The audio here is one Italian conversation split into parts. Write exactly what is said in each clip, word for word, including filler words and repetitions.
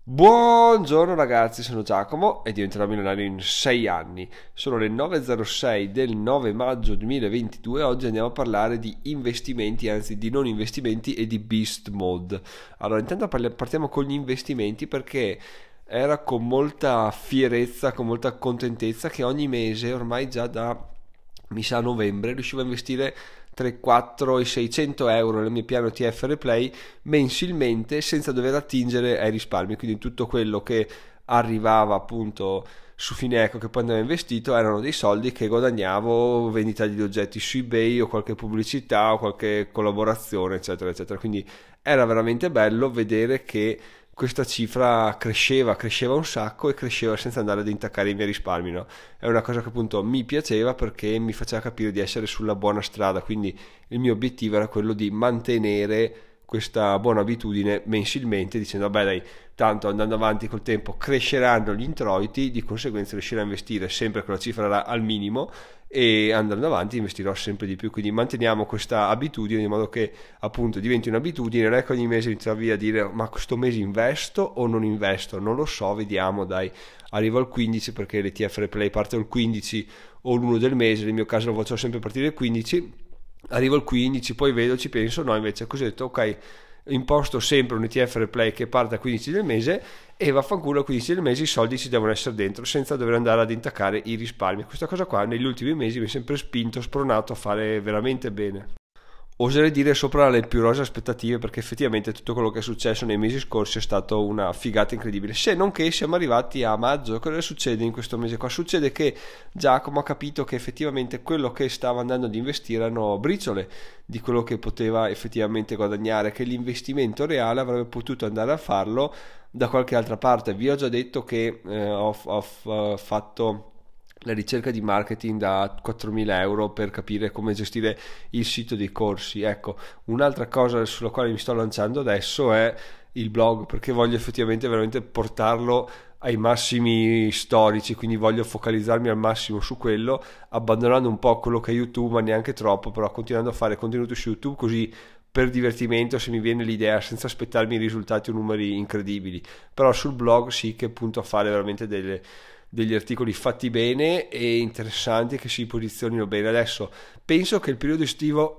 Buongiorno ragazzi, sono Giacomo e diventerò milionario in sei anni. Sono le nove e zero sei del nove maggio duemilaventidue e oggi andiamo a parlare di investimenti, anzi di non investimenti e di beast mode. Allora, intanto parli- partiamo con gli investimenti perché era con molta fierezza, con molta contentezza che ogni mese, ormai già da mi sa novembre, riuscivo a investire tra i quattro e i seicento euro nel mio piano T F R Play mensilmente senza dover attingere ai risparmi, quindi tutto quello che arrivava appunto su Fineco che poi andava investito erano dei soldi che guadagnavo vendita di oggetti su eBay o qualche pubblicità o qualche collaborazione eccetera eccetera, quindi era veramente bello vedere che questa cifra cresceva, cresceva un sacco e cresceva senza andare ad intaccare i miei risparmi, no? È una cosa che appunto mi piaceva perché mi faceva capire di essere sulla buona strada, quindi il mio obiettivo era quello di mantenere questa buona abitudine mensilmente dicendo vabbè dai, tanto andando avanti col tempo cresceranno gli introiti, di conseguenza riuscirò a investire sempre quella cifra al minimo e andando avanti investirò sempre di più, quindi manteniamo questa abitudine in modo che appunto diventi un'abitudine, non è che ogni mese mi trovi a dire ma questo mese investo o non investo, non lo so, vediamo dai, arrivo al quindici perché le T F R Play partono il quindici o l'primo del mese, nel mio caso lo faccio sempre partire il quindici, arrivo al quindici, poi vedo, ci penso, no invece così ho detto ok, imposto sempre un E T F replay che parte al quindici del mese e vaffanculo al quindici del mese i soldi ci devono essere dentro senza dover andare ad intaccare i risparmi. Questa cosa qua negli ultimi mesi mi ha sempre spinto, spronato a fare veramente bene. Oserei dire sopra le più rose aspettative perché effettivamente tutto quello che è successo nei mesi scorsi è stato una figata incredibile, se non che siamo arrivati a maggio. Cosa succede in questo mese qua? Succede che Giacomo ha capito che effettivamente quello che stava andando ad investire erano briciole di quello che poteva effettivamente guadagnare, che l'investimento reale avrebbe potuto andare a farlo da qualche altra parte. Vi ho già detto che eh, ho, ho, ho fatto la ricerca di marketing da quattromila euro per capire come gestire il sito dei corsi. Ecco, un'altra cosa sulla quale mi sto lanciando adesso è il blog, perché voglio effettivamente veramente portarlo ai massimi storici, quindi voglio focalizzarmi al massimo su quello, abbandonando un po' quello che è YouTube, ma neanche troppo, però continuando a fare contenuti su YouTube così per divertimento, se mi viene l'idea, senza aspettarmi risultati o numeri incredibili. Però sul blog sì che punto a fare veramente delle degli articoli fatti bene e interessanti che si posizionino bene. Adesso penso che il periodo estivo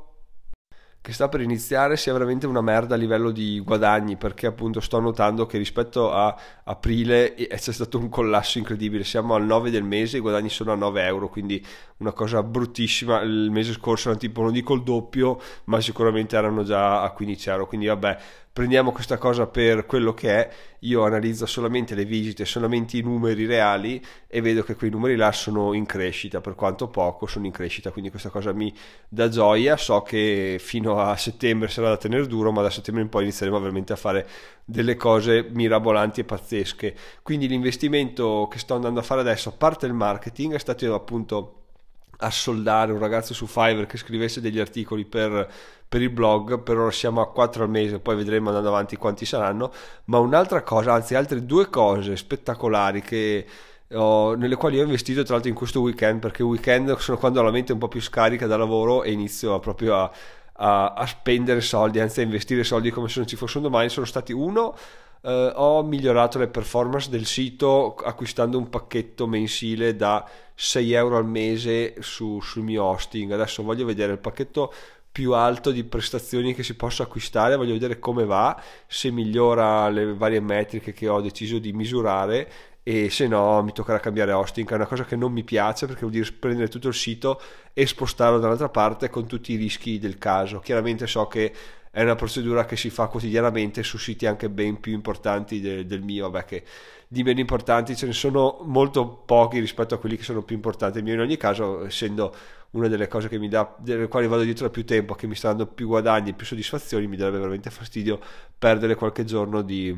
che sta per iniziare sia veramente una merda a livello di guadagni, perché appunto sto notando che rispetto a aprile c'è stato un collasso incredibile, siamo al nove del mese, i guadagni sono a nove euro, quindi una cosa bruttissima. Il mese scorso erano tipo, non dico il doppio, ma sicuramente erano già a quindici euro, quindi vabbè, prendiamo questa cosa per quello che è. Io analizzo solamente le visite, solamente i numeri reali e vedo che quei numeri là sono in crescita, per quanto poco sono in crescita, quindi questa cosa mi dà gioia. So che fino a settembre sarà da tenere duro, ma da settembre in poi inizieremo veramente a fare delle cose mirabolanti e pazzesche. Quindi l'investimento che sto andando a fare adesso, a parte il marketing, è stato appunto assoldare un ragazzo su Fiverr che scrivesse degli articoli per, per il blog. Per ora siamo a quattro al mese, poi vedremo andando avanti quanti saranno. Ma un'altra cosa, anzi altre due cose spettacolari che ho, nelle quali ho investito tra l'altro in questo weekend, perché weekend sono quando ho la mente un po' più scarica da lavoro e inizio a, proprio a, a, a spendere soldi, anzi a investire soldi come se non ci fossero domani. Sono stati uno, Uh, ho migliorato le performance del sito acquistando un pacchetto mensile da sei euro al mese su, sul mio hosting. Adesso voglio vedere il pacchetto più alto di prestazioni che si possa acquistare, voglio vedere come va, se migliora le varie metriche che ho deciso di misurare, e se no mi toccherà cambiare hosting, che è una cosa che non mi piace perché vuol dire prendere tutto il sito e spostarlo dall'altra parte con tutti i rischi del caso. Chiaramente so che è una procedura che si fa quotidianamente su siti anche ben più importanti de- del mio, vabbè, che di meno importanti ce ne sono molto pochi rispetto a quelli che sono più importanti. Il mio in ogni caso, essendo una delle cose che mi dà, delle quali vado dietro da più tempo, che mi sta dando più guadagni, più soddisfazioni, mi darebbe veramente fastidio perdere qualche giorno di,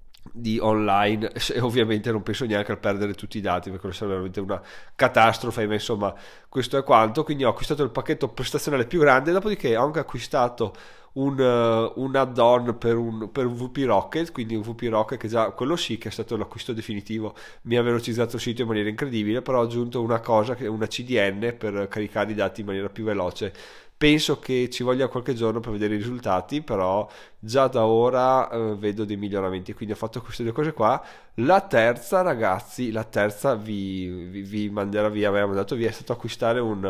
di online, e ovviamente non penso neanche a perdere tutti i dati perché sarebbe veramente una catastrofe, ma insomma questo è quanto. Quindi ho acquistato il pacchetto prestazionale più grande, dopodiché ho anche acquistato un, uh, un add-on per un, per un V P Rocket, quindi un V P Rocket che già quello sì che è stato l'acquisto definitivo, mi ha velocizzato il sito in maniera incredibile, però ho aggiunto una cosa, una C D N per caricare i dati in maniera più veloce Penso che ci voglia qualche giorno per vedere i risultati, però già da ora eh, vedo dei miglioramenti, quindi ho fatto queste due cose qua. La terza, ragazzi, la terza vi, vi, vi manderà via, aveva mandato via, è stato acquistare un,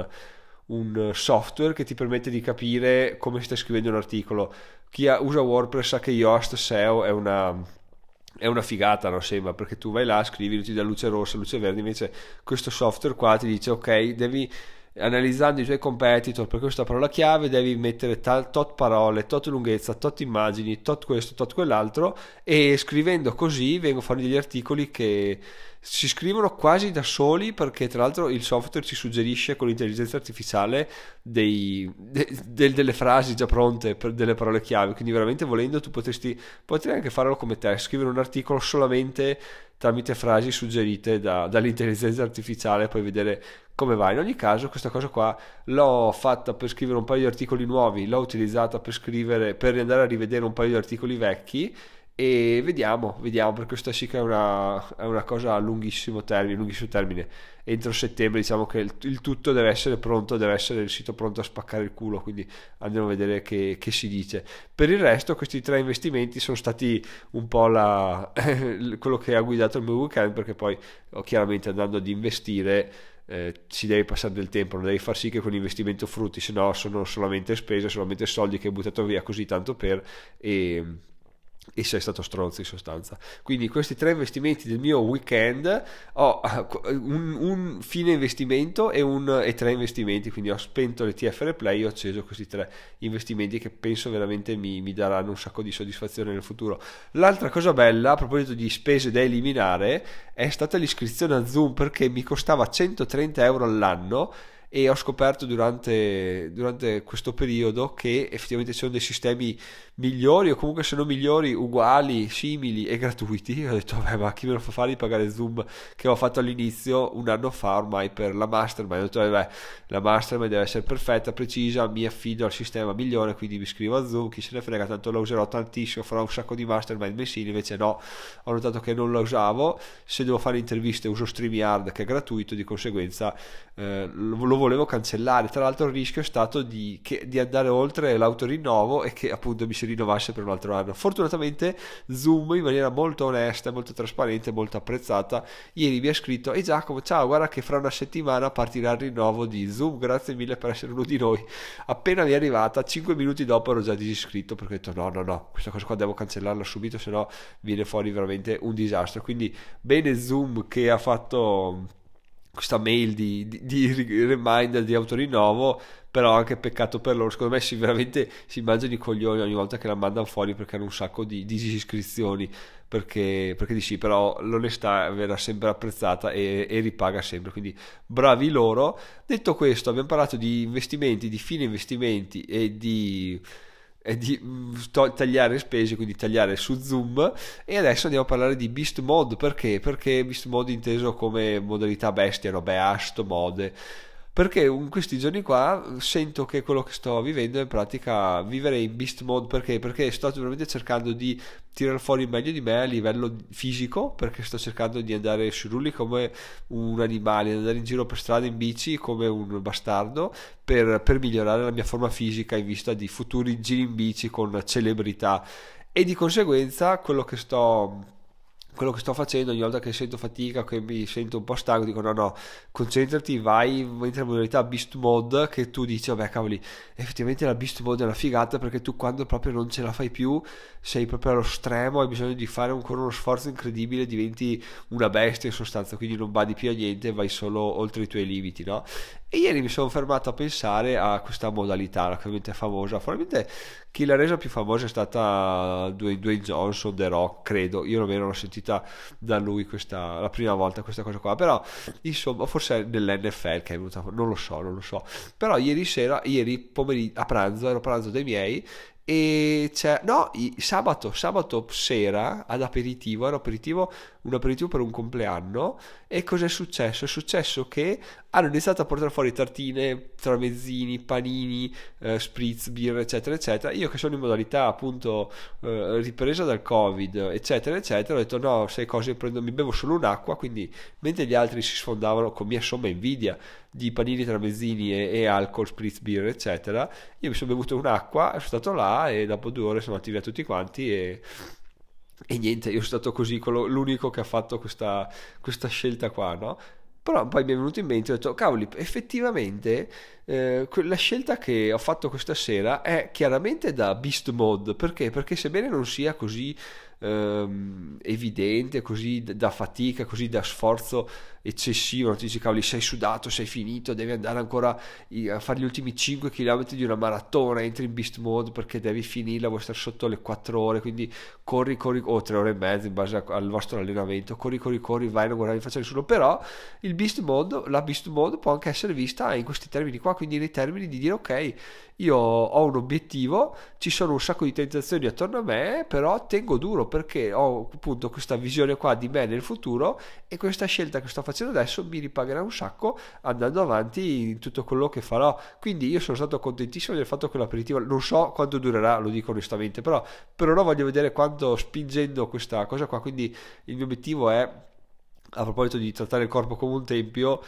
un software che ti permette di capire come stai scrivendo un articolo. Chi ha- usa WordPress sa che Yoast S E O è una è una figata, non sembra, perché tu vai là, scrivi, ti dà luce rossa, luce verde, invece questo software qua ti dice ok, devi, analizzando i tuoi competitor per questa parola chiave, devi mettere tal, tot parole, tot lunghezza, tot immagini, tot questo, tot quell'altro, e scrivendo così vengono fuori degli articoli che si scrivono quasi da soli, perché tra l'altro il software ci suggerisce con l'intelligenza artificiale dei, de, de, delle frasi già pronte per delle parole chiave, quindi veramente volendo tu potresti, potresti anche farlo come te, scrivere un articolo solamente tramite frasi suggerite da, dall'intelligenza artificiale, poi vedere come va. In ogni caso questa cosa qua l'ho fatta per scrivere un paio di articoli nuovi, l'ho utilizzata per scrivere, per andare a rivedere un paio di articoli vecchi, e vediamo, vediamo, perché questa sì che è una, è una cosa a lunghissimo termine, lunghissimo termine. Entro settembre diciamo che il, il tutto deve essere pronto, deve essere il sito pronto a spaccare il culo, quindi andiamo a vedere che, che si dice. Per il resto questi tre investimenti sono stati un po' la, quello che ha guidato il mio weekend, perché poi chiaramente andando ad investire eh, ci devi passare del tempo, non devi far sì che quell'investimento frutti, se no sono solamente spese, solamente soldi che hai buttato via così tanto per, e e sei stato stronzo in sostanza. Quindi questi tre investimenti del mio weekend, ho un, un fine investimento e, un, e tre investimenti, quindi ho spento le T F R Play e ho acceso questi tre investimenti che penso veramente mi, mi daranno un sacco di soddisfazione nel futuro. L'altra cosa bella, a proposito di spese da eliminare, è stata l'iscrizione a Zoom, perché mi costava centotrenta euro all'anno, e ho scoperto durante, durante questo periodo che effettivamente ci sono dei sistemi migliori, o comunque se non migliori, uguali, simili e gratuiti. Ho detto vabbè, ma chi me lo fa fare di pagare Zoom, che ho fatto all'inizio un anno fa ormai per la Mastermind. Ho detto vabbè, la Mastermind deve essere perfetta, precisa, mi affido al sistema migliore, quindi mi iscrivo a Zoom, chi se ne frega, tanto la userò tantissimo, farò un sacco di Mastermind mensili. Invece no, ho notato che non la usavo. Se devo fare interviste uso StreamYard, che è gratuito, di conseguenza eh, lo volevo cancellare. Tra l'altro il rischio è stato di, che, di andare oltre l'autorinnovo e che appunto mi si rinnovasse per un altro anno. Fortunatamente Zoom, in maniera molto onesta, molto trasparente, molto apprezzata, ieri mi ha scritto: e Giacomo, ciao, guarda che fra una settimana partirà il rinnovo di Zoom, grazie mille per essere uno di noi. Appena mi è arrivata, cinque minuti dopo ero già disiscritto, perché ho detto no no no, questa cosa qua devo cancellarla subito, se no viene fuori veramente un disastro. Quindi bene Zoom che ha fatto questa mail di, di, di reminder di autorinnovo, però anche peccato per loro, secondo me si veramente si mangiano i coglioni ogni volta che la mandano fuori, perché hanno un sacco di, di disiscrizioni, perché, perché di sì, però l'onestà verrà sempre apprezzata e, e ripaga sempre, quindi bravi loro. Detto questo, abbiamo parlato di investimenti, di fine investimenti e di e di mm, to- tagliare spese, quindi tagliare su Zoom, e adesso andiamo a parlare di Beast Mode. Perché? Perché Beast Mode inteso come modalità bestia, no? Beast Mode. Perché in questi giorni qua sento che quello che sto vivendo è in pratica vivere in Beast Mode. Perché? Perché sto veramente cercando di tirare fuori il meglio di me a livello fisico, perché sto cercando di andare sui rulli come un animale, di andare in giro per strada in bici come un bastardo, per, per migliorare la mia forma fisica in vista di futuri giri in bici con celebrità. E di conseguenza quello che sto quello che sto facendo, ogni volta che sento fatica, che mi sento un po' stanco, dico no no, concentrati, vai in modalità Beast Mode, che tu dici vabbè cavoli, effettivamente la Beast Mode è una figata, perché tu quando proprio non ce la fai più, sei proprio allo stremo, hai bisogno di fare ancora uno sforzo incredibile, diventi una bestia in sostanza, quindi non badi più a niente, vai solo oltre i tuoi limiti, no? E ieri mi sono fermato a pensare a questa modalità, che ovviamente è famosa. Probabilmente chi l'ha resa più famosa è stata Dwayne, Dwayne Johnson, The Rock, credo. Io non l'ho sentita da lui questa, la prima volta questa cosa qua. Però, insomma, forse è nell'N F L che è venuta, non lo so, non lo so. Però ieri sera, ieri pomeriggio, a pranzo, ero a pranzo dai miei, e c'è, no, sabato, sabato sera ad aperitivo, ero aperitivo, un aperitivo per un compleanno. E cos'è successo? È successo che hanno iniziato a portare fuori tartine, tramezzini, panini, eh, spritz, birra, eccetera, eccetera. Io che sono in modalità appunto eh, ripresa dal Covid, eccetera, eccetera, ho detto no, sai cose, prendo, mi bevo solo un'acqua, quindi mentre gli altri si sfondavano con mia somma invidia di panini, tramezzini e, e alcol, spritz, birra, eccetera, io mi sono bevuto un'acqua, sono stato là e dopo due ore siamo andati via tutti quanti e... E niente, io sono stato così quello- l'unico che ha fatto questa, questa scelta qua, no? Però poi mi è venuto in mente e ho detto, cavoli, effettivamente eh, que- la scelta che ho fatto questa sera è chiaramente da beast mode. Perché? Perché sebbene non sia così ehm, evidente, così d- da fatica, così da sforzo eccessivo, non ti dici, cavoli, sei sudato, sei finito, devi andare ancora i- a fare gli ultimi cinque chilometri di una maratona, entri in beast mode perché devi finirla, vuoi stare sotto le quattro ore, quindi corri, corri, o tre ore e mezza in base a- al vostro allenamento, corri, corri, corri, vai, non guardare in faccia a nessuno, però il beast mode, la beast mode può anche essere vista in questi termini qua, quindi nei termini di dire ok, io ho un obiettivo, ci sono un sacco di tentazioni attorno a me, però tengo duro perché ho appunto questa visione qua di me nel futuro e questa scelta che sto facendo adesso mi ripagherà un sacco andando avanti in tutto quello che farò. Quindi io sono stato contentissimo del fatto che l'aperitivo, non so quanto durerà, lo dico onestamente, però per ora voglio vedere quanto spingendo questa cosa qua, quindi il mio obiettivo è, a proposito di trattare il corpo come un tempio,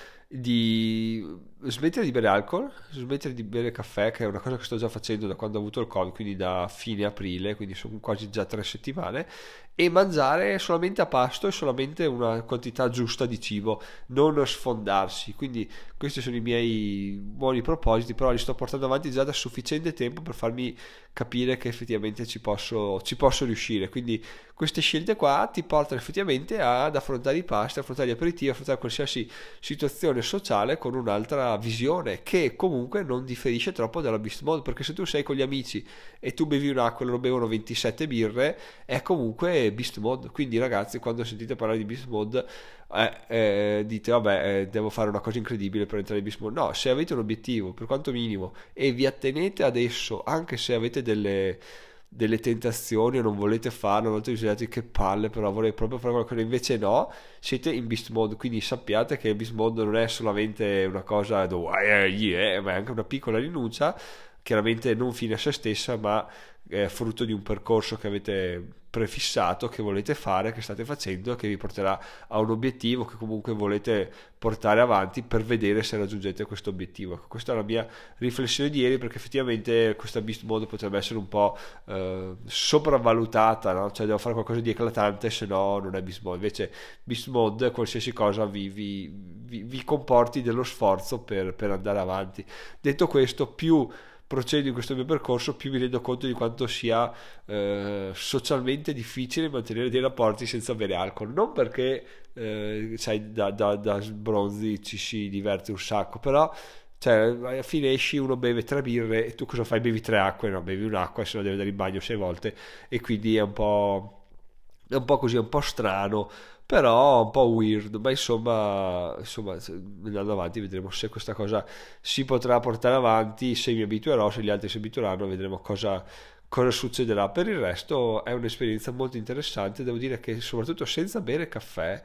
di smettere di bere alcol, smettere di bere caffè, che è una cosa che sto già facendo da quando ho avuto il Covid, quindi da fine aprile, quindi sono quasi già tre settimane, e mangiare solamente a pasto e solamente una quantità giusta di cibo, non sfondarsi. Quindi questi sono i miei buoni propositi, però li sto portando avanti già da sufficiente tempo per farmi capire che effettivamente ci posso, ci posso riuscire. Quindi queste scelte qua ti portano effettivamente ad affrontare i pasti, affrontare gli aperitivi, affrontare qualsiasi situazione sociale con un'altra visione che comunque non differisce troppo dalla beast mode, perché se tu sei con gli amici e tu bevi un'acqua e loro bevono ventisette birre è comunque beast mode. Quindi ragazzi, quando sentite parlare di beast mode eh, eh, dite vabbè, eh, devo fare una cosa incredibile per entrare in beast mode. No, se avete un obiettivo per quanto minimo e vi attenete ad esso, anche se avete delle delle tentazioni o non volete farlo, non volete che palle, però vorrei proprio fare qualcosa, invece no, siete in beast mode. Quindi sappiate che il beast mode non è solamente una cosa dove, eh, yeah, ma è anche una piccola rinuncia, chiaramente non fine a se stessa, ma è frutto di un percorso che avete prefissato, che volete fare, che state facendo, che vi porterà a un obiettivo che comunque volete portare avanti per vedere se raggiungete questo obiettivo. Ecco, questa è la mia riflessione di ieri, perché effettivamente questa beast mode potrebbe essere un po' eh, sopravvalutata, no? Cioè devo fare qualcosa di eclatante, se no non è beast mode. Invece beast mode, qualsiasi cosa vi, vi, vi, vi comporti dello sforzo per, per andare avanti. Detto questo, più procedo in questo mio percorso, più mi rendo conto di quanto sia eh, socialmente difficile mantenere dei rapporti senza bere alcol. Non perché eh, sai, da, da, da sbronzi ci si diverte un sacco, però cioè, alla fine esci, uno beve tre birre e tu cosa fai? Bevi tre acque? No, bevi un'acqua e se no devi andare in bagno sei volte, e quindi è un po', è un po' così, è un po' strano, però un po' weird. Ma insomma, insomma, andando avanti vedremo se questa cosa si potrà portare avanti, se mi abituerò, se gli altri si abitueranno, vedremo cosa, cosa succederà. Per il resto è un'esperienza molto interessante, devo dire che soprattutto senza bere caffè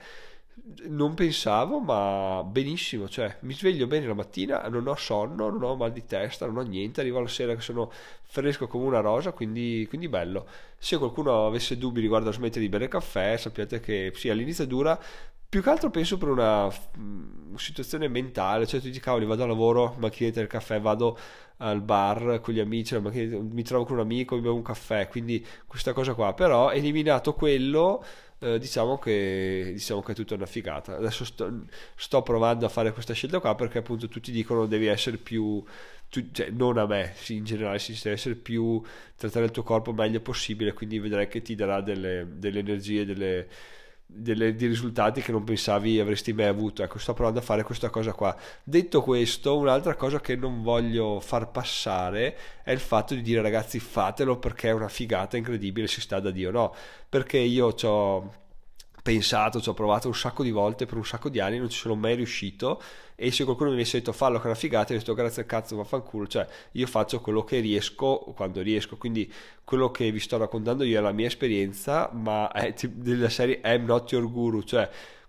non pensavo, ma benissimo, cioè mi sveglio bene la mattina, non ho sonno, non ho mal di testa, non ho niente, arrivo alla sera che sono fresco come una rosa, quindi, quindi bello. Se qualcuno avesse dubbi riguardo a smettere di bere caffè, sappiate che sì, all'inizio dura, più che altro penso per una mm, situazione mentale, cioè tu dici cavoli, vado a lavoro, macchinetta del caffè, vado al bar con gli amici, mi trovo con un amico, mi bevo un caffè, quindi questa cosa qua. Però eliminato quello, eh, diciamo che diciamo che è tutta una figata. Adesso sto, sto provando a fare questa scelta qua perché appunto tutti dicono devi essere più tu- cioè, non a me, sì, in generale si deve essere più, trattare il tuo corpo meglio possibile, quindi vedrai che ti darà delle, delle energie, delle delle, di risultati che non pensavi avresti mai avuto. Ecco, sto provando a fare questa cosa qua. Detto questo, un'altra cosa che non voglio far passare è il fatto di dire ragazzi fatelo perché è una figata incredibile, si sta da Dio. No, perché io ci ho pensato, ci ho provato un sacco di volte per un sacco di anni, non ci sono mai riuscito, e se qualcuno mi avesse detto fallo che è una figata, io ho detto grazie al cazzo, vaffanculo. Cioè io faccio quello che riesco quando riesco, quindi quello che vi sto raccontando io è la mia esperienza, ma è della serie I'm not your guru, cioè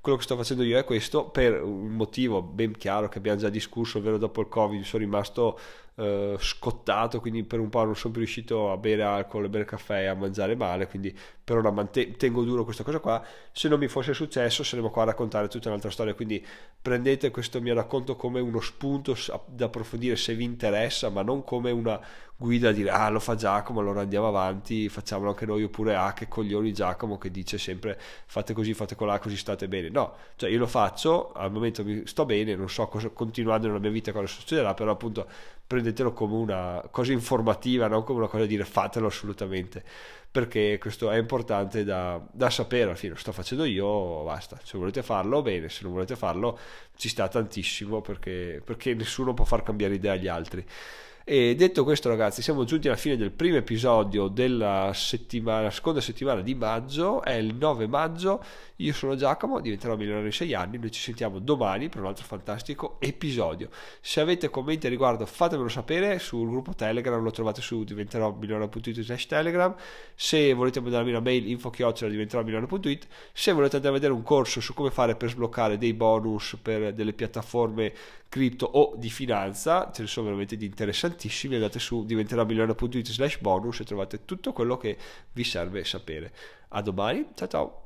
quello che sto facendo io è questo per un motivo ben chiaro che abbiamo già discusso, ovvero dopo il Covid sono rimasto eh, scottato, quindi per un po' non sono più riuscito a bere alcol, a bere caffè e a mangiare male, quindi per ora mante- tengo duro questa cosa qua. Se non mi fosse successo saremmo qua a raccontare tutta un'altra storia, quindi prendete questo mio racconto come uno spunto da approfondire se vi interessa, ma non come una guida a dire ah lo fa Giacomo allora andiamo avanti, facciamolo anche noi, oppure ah che coglioni Giacomo che dice sempre fate così, fate colà, così state bene. No, cioè io lo faccio, al momento mi sto bene, non so cosa, continuando nella mia vita cosa succederà, però appunto prendetelo come una cosa informativa, non come una cosa da dire fatelo assolutamente, perché questo è importante da, da sapere. Alla fine lo sto facendo io, basta, se volete farlo bene, se non volete farlo ci sta tantissimo, perché, perché nessuno può far cambiare idea agli altri. E detto questo, ragazzi, siamo giunti alla fine del primo episodio della settimana, seconda settimana di maggio, è il nove maggio. Io sono Giacomo, diventerò milionario in sei anni. Noi ci sentiamo domani per un altro fantastico episodio. Se avete commenti a riguardo fatemelo sapere sul gruppo Telegram, lo trovate su diventerò milionario punto it slash telegram. Se volete mandarmi una mail info chiocciola diventerò milionario punto it. Se volete andare a vedere un corso su come fare per sbloccare dei bonus per delle piattaforme cripto o di finanza, ce ne sono veramente di interessantissimi, andate su diventerò milionario punto it slash bonus e trovate tutto quello che vi serve sapere. A domani, ciao ciao.